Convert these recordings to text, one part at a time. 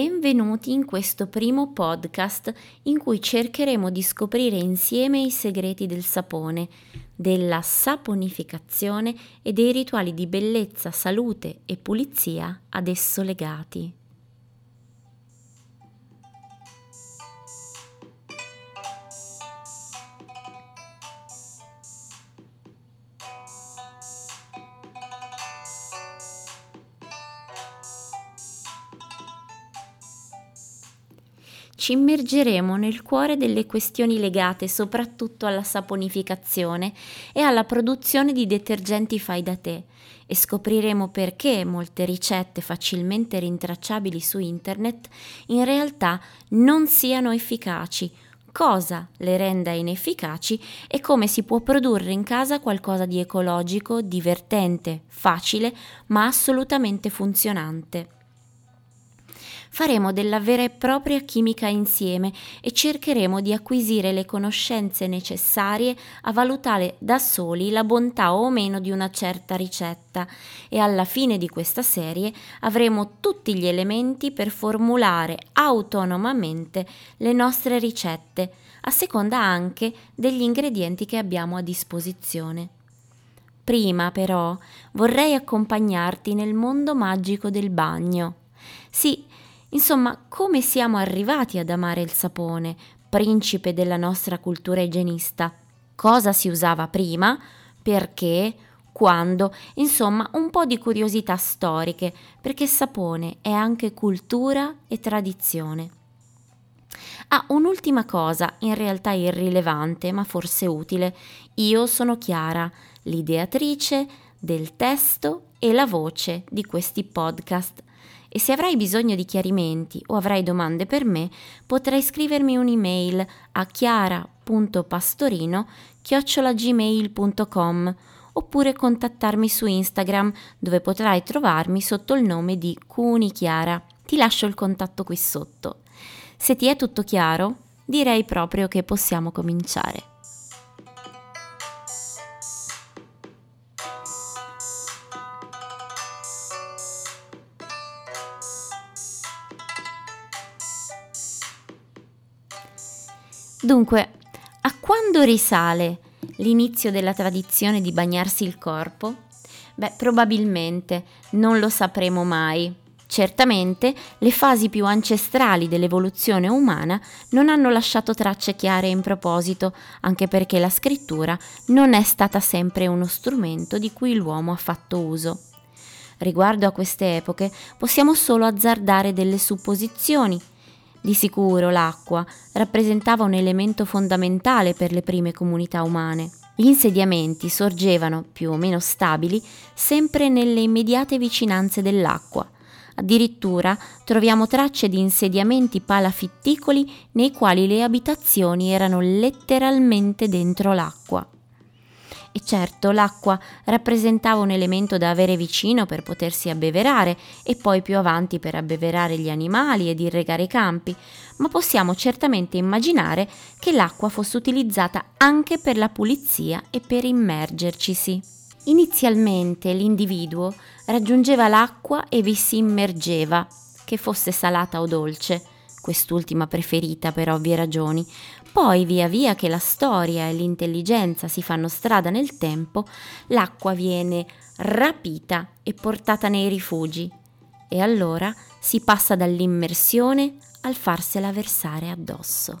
Benvenuti in questo primo podcast in cui cercheremo di scoprire insieme i segreti del sapone, della saponificazione e dei rituali di bellezza, salute e pulizia ad esso legati. Ci immergeremo nel cuore delle questioni legate soprattutto alla saponificazione e alla produzione di detergenti fai da te e scopriremo perché molte ricette facilmente rintracciabili su internet in realtà non siano efficaci, cosa le renda inefficaci e come si può produrre in casa qualcosa di ecologico, divertente, facile, ma assolutamente funzionante. Faremo della vera e propria chimica insieme e cercheremo di acquisire le conoscenze necessarie a valutare da soli la bontà o meno di una certa ricetta e alla fine di questa serie avremo tutti gli elementi per formulare autonomamente le nostre ricette, a seconda anche degli ingredienti che abbiamo a disposizione. Prima però vorrei accompagnarti nel mondo magico del bagno. Sì, insomma, come siamo arrivati ad amare il sapone, principe della nostra cultura igienista? Cosa si usava prima? Perché? Quando? Insomma, un po' di curiosità storiche, perché sapone è anche cultura e tradizione. Un'ultima cosa, in realtà irrilevante, ma forse utile. Io sono Chiara, l'ideatrice del testo e la voce di questi podcast. E se avrai bisogno di chiarimenti o avrai domande per me, potrai scrivermi un'email a chiara.pastorino@gmail.com oppure contattarmi su Instagram, dove potrai trovarmi sotto il nome di Cunichiara. Ti lascio il contatto qui sotto. Se ti è tutto chiaro, direi proprio che possiamo cominciare. Dunque, a quando risale l'inizio della tradizione di bagnarsi il corpo? Probabilmente non lo sapremo mai. Certamente le fasi più ancestrali dell'evoluzione umana non hanno lasciato tracce chiare in proposito, anche perché la scrittura non è stata sempre uno strumento di cui l'uomo ha fatto uso. Riguardo a queste epoche possiamo solo azzardare delle supposizioni. Di sicuro l'acqua rappresentava un elemento fondamentale per le prime comunità umane. Gli insediamenti sorgevano, più o meno stabili, sempre nelle immediate vicinanze dell'acqua. Addirittura troviamo tracce di insediamenti palafitticoli nei quali le abitazioni erano letteralmente dentro l'acqua. E certo, l'acqua rappresentava un elemento da avere vicino per potersi abbeverare e poi più avanti per abbeverare gli animali ed irrigare i campi, ma possiamo certamente immaginare che l'acqua fosse utilizzata anche per la pulizia e per immergercisi. Inizialmente l'individuo raggiungeva l'acqua e vi si immergeva, che fosse salata o dolce, quest'ultima preferita per ovvie ragioni. Poi, via via che la storia e l'intelligenza si fanno strada nel tempo, l'acqua viene rapita e portata nei rifugi. E allora si passa dall'immersione al farsela versare addosso.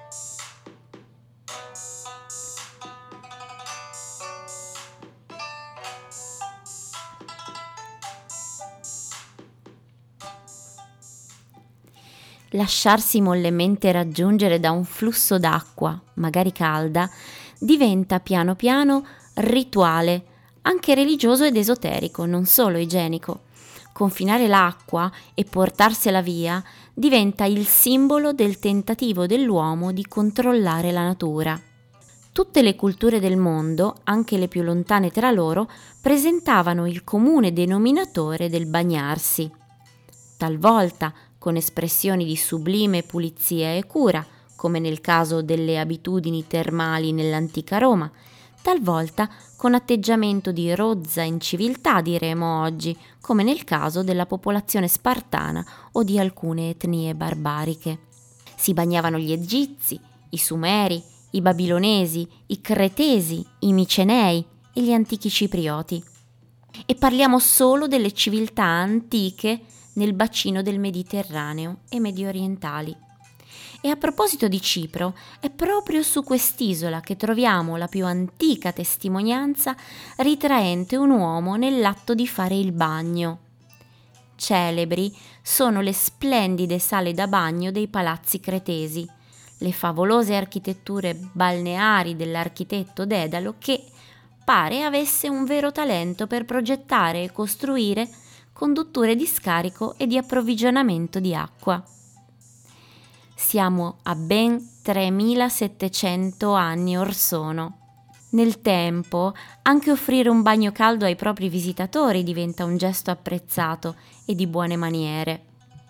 Lasciarsi mollemente raggiungere da un flusso d'acqua, magari calda, diventa piano piano rituale, anche religioso ed esoterico, non solo igienico. Confinare l'acqua e portarsela via diventa il simbolo del tentativo dell'uomo di controllare la natura. Tutte le culture del mondo, anche le più lontane tra loro, presentavano il comune denominatore del bagnarsi. Talvolta con espressioni di sublime pulizia e cura, come nel caso delle abitudini termali nell'antica Roma, talvolta con atteggiamento di rozza inciviltà, diremo oggi, come nel caso della popolazione spartana o di alcune etnie barbariche. Si bagnavano gli egizi, i sumeri, i babilonesi, i cretesi, i micenei e gli antichi ciprioti. E parliamo solo delle civiltà antiche nel bacino del Mediterraneo e mediorientali. E a proposito di Cipro, è proprio su quest'isola che troviamo la più antica testimonianza ritraente un uomo nell'atto di fare il bagno. Celebri sono le splendide sale da bagno dei palazzi cretesi, le favolose architetture balneari dell'architetto Dedalo che pare avesse un vero talento per progettare e costruire condutture di scarico e di approvvigionamento di acqua. Siamo a ben 3700 anni or sono. Nel tempo, anche offrire un bagno caldo ai propri visitatori diventa un gesto apprezzato e di buone maniere.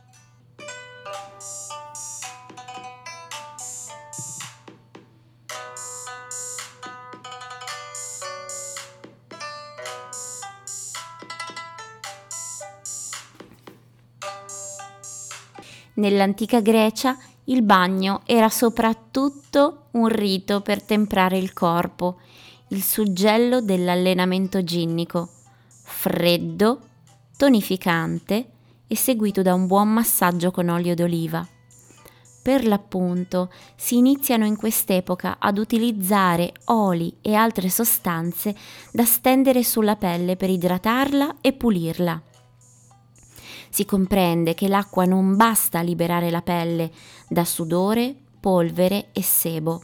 Nell'antica Grecia il bagno era soprattutto un rito per temprare il corpo, il suggello dell'allenamento ginnico, freddo, tonificante e seguito da un buon massaggio con olio d'oliva. Per l'appunto si iniziano in quest'epoca ad utilizzare oli e altre sostanze da stendere sulla pelle per idratarla e pulirla. Si comprende che l'acqua non basta a liberare la pelle da sudore, polvere e sebo.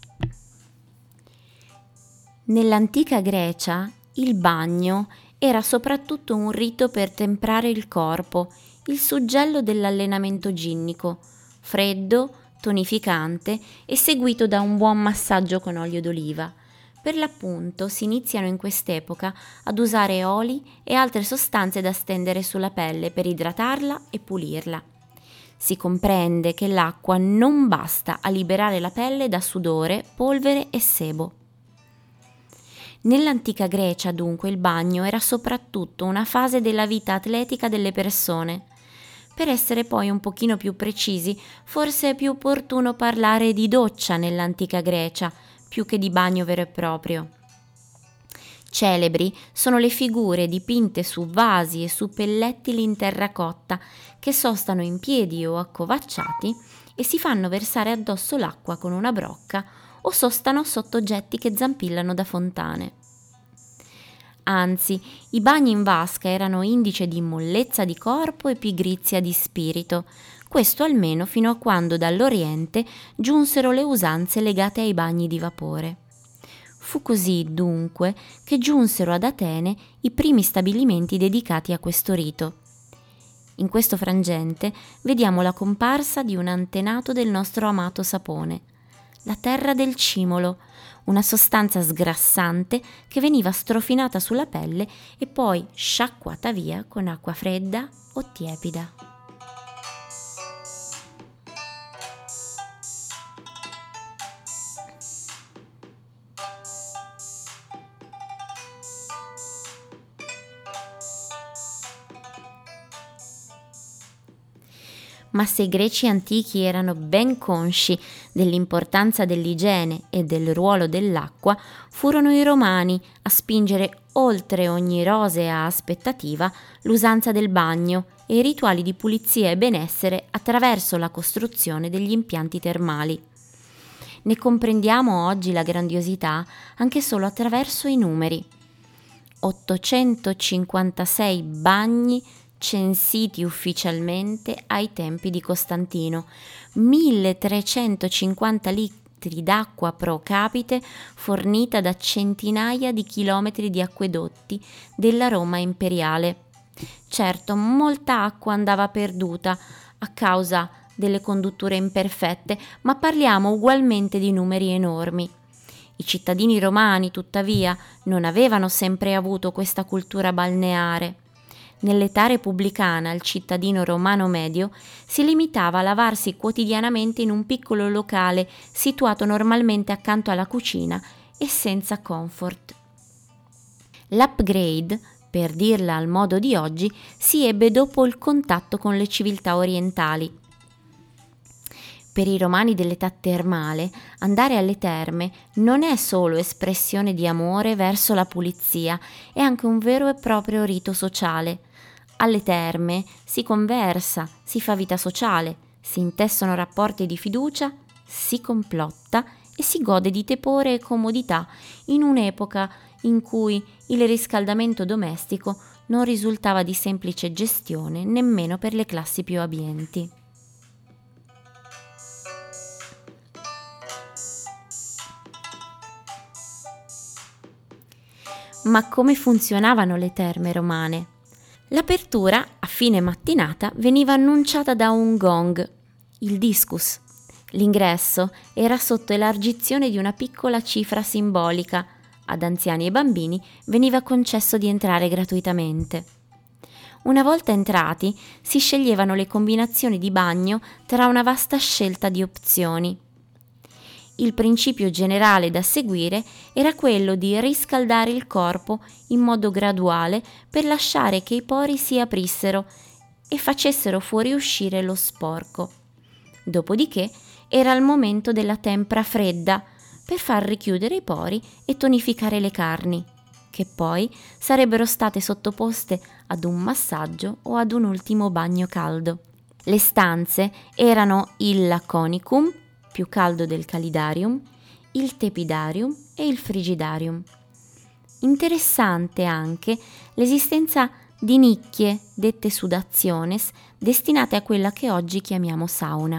Nell'antica Grecia il bagno era soprattutto un rito per temprare il corpo, il suggello dell'allenamento ginnico, freddo, tonificante e seguito da un buon massaggio con olio d'oliva. Per l'appunto si iniziano in quest'epoca ad usare oli e altre sostanze da stendere sulla pelle per idratarla e pulirla. Si comprende che l'acqua non basta a liberare la pelle da sudore, polvere e sebo. Nell'antica Grecia, dunque, il bagno era soprattutto una fase della vita atletica delle persone. Per essere poi un pochino più precisi, forse è più opportuno parlare di doccia nell'antica Grecia, più che di bagno vero e proprio. Celebri sono le figure dipinte su vasi e su pellettili in terracotta che sostano in piedi o accovacciati e si fanno versare addosso l'acqua con una brocca o sostano sotto oggetti che zampillano da fontane. Anzi, i bagni in vasca erano indice di mollezza di corpo e pigrizia di spirito, questo almeno fino a quando dall'Oriente giunsero le usanze legate ai bagni di vapore. Fu così, dunque, che giunsero ad Atene i primi stabilimenti dedicati a questo rito. In questo frangente vediamo la comparsa di un antenato del nostro amato sapone, la terra del cimolo, una sostanza sgrassante che veniva strofinata sulla pelle e poi sciacquata via con acqua fredda o tiepida. Ma se i greci antichi erano ben consci dell'importanza dell'igiene e del ruolo dell'acqua, furono i romani a spingere oltre ogni rosea aspettativa l'usanza del bagno e i rituali di pulizia e benessere attraverso la costruzione degli impianti termali. Ne comprendiamo oggi la grandiosità anche solo attraverso i numeri. 856 bagni censiti ufficialmente ai tempi di Costantino, 1350 litri d'acqua pro capite fornita da centinaia di chilometri di acquedotti della Roma imperiale. Certo, molta acqua andava perduta a causa delle condutture imperfette, ma parliamo ugualmente di numeri enormi. I cittadini romani, tuttavia, non avevano sempre avuto questa cultura balneare. Nell'età repubblicana il cittadino romano medio si limitava a lavarsi quotidianamente in un piccolo locale situato normalmente accanto alla cucina e senza comfort. L'upgrade, per dirla al modo di oggi, si ebbe dopo il contatto con le civiltà orientali. Per i romani dell'età termale, andare alle terme non è solo espressione di amore verso la pulizia, è anche un vero e proprio rito sociale. Alle terme si conversa, si fa vita sociale, si intessono rapporti di fiducia, si complotta e si gode di tepore e comodità in un'epoca in cui il riscaldamento domestico non risultava di semplice gestione nemmeno per le classi più abbienti. Ma come funzionavano le terme romane? L'apertura, a fine mattinata, veniva annunciata da un gong, il discus. L'ingresso era sotto elargizione di una piccola cifra simbolica. Ad anziani e bambini veniva concesso di entrare gratuitamente. Una volta entrati, si sceglievano le combinazioni di bagno tra una vasta scelta di opzioni. Il principio generale da seguire era quello di riscaldare il corpo in modo graduale per lasciare che i pori si aprissero e facessero fuoriuscire lo sporco. Dopodiché era il momento della tempra fredda per far richiudere i pori e tonificare le carni, che poi sarebbero state sottoposte ad un massaggio o ad un ultimo bagno caldo. Le stanze erano il laconicum, più caldo del calidarium, il tepidarium e il frigidarium. Interessante anche l'esistenza di nicchie, dette sudationes, destinate a quella che oggi chiamiamo sauna.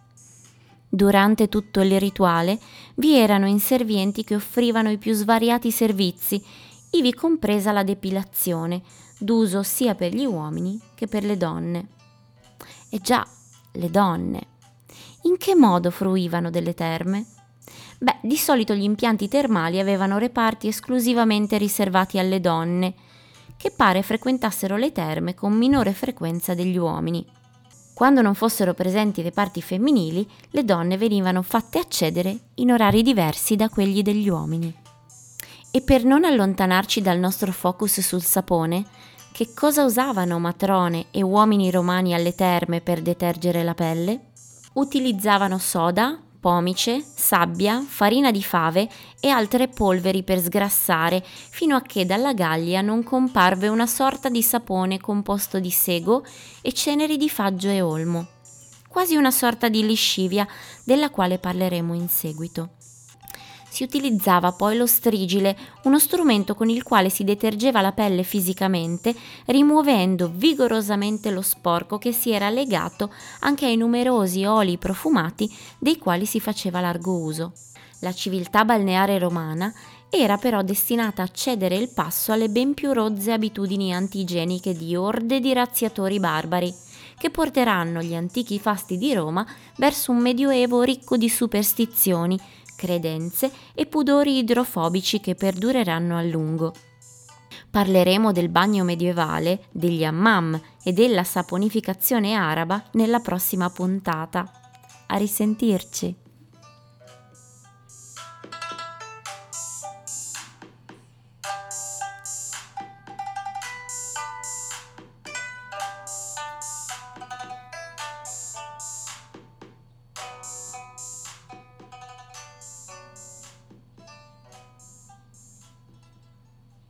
Durante tutto il rituale vi erano inservienti che offrivano i più svariati servizi, ivi compresa la depilazione, d'uso sia per gli uomini che per le donne. E già, le donne. In che modo fruivano delle terme? Di solito gli impianti termali avevano reparti esclusivamente riservati alle donne, che pare frequentassero le terme con minore frequenza degli uomini. Quando non fossero presenti reparti femminili, le donne venivano fatte accedere in orari diversi da quelli degli uomini. E per non allontanarci dal nostro focus sul sapone, che cosa usavano matrone e uomini romani alle terme per detergere la pelle? Utilizzavano soda, pomice, sabbia, farina di fave e altre polveri per sgrassare, fino a che dalla gaglia non comparve una sorta di sapone composto di sego e ceneri di faggio e olmo, quasi una sorta di liscivia della quale parleremo in seguito. Si utilizzava poi lo strigile, uno strumento con il quale si detergeva la pelle fisicamente, rimuovendo vigorosamente lo sporco che si era legato anche ai numerosi oli profumati dei quali si faceva largo uso. La civiltà balneare romana era però destinata a cedere il passo alle ben più rozze abitudini antigieniche di orde di razziatori barbari, che porteranno gli antichi fasti di Roma verso un medioevo ricco di superstizioni, credenze e pudori idrofobici che perdureranno a lungo. Parleremo del bagno medievale, degli hammam e della saponificazione araba nella prossima puntata. A risentirci!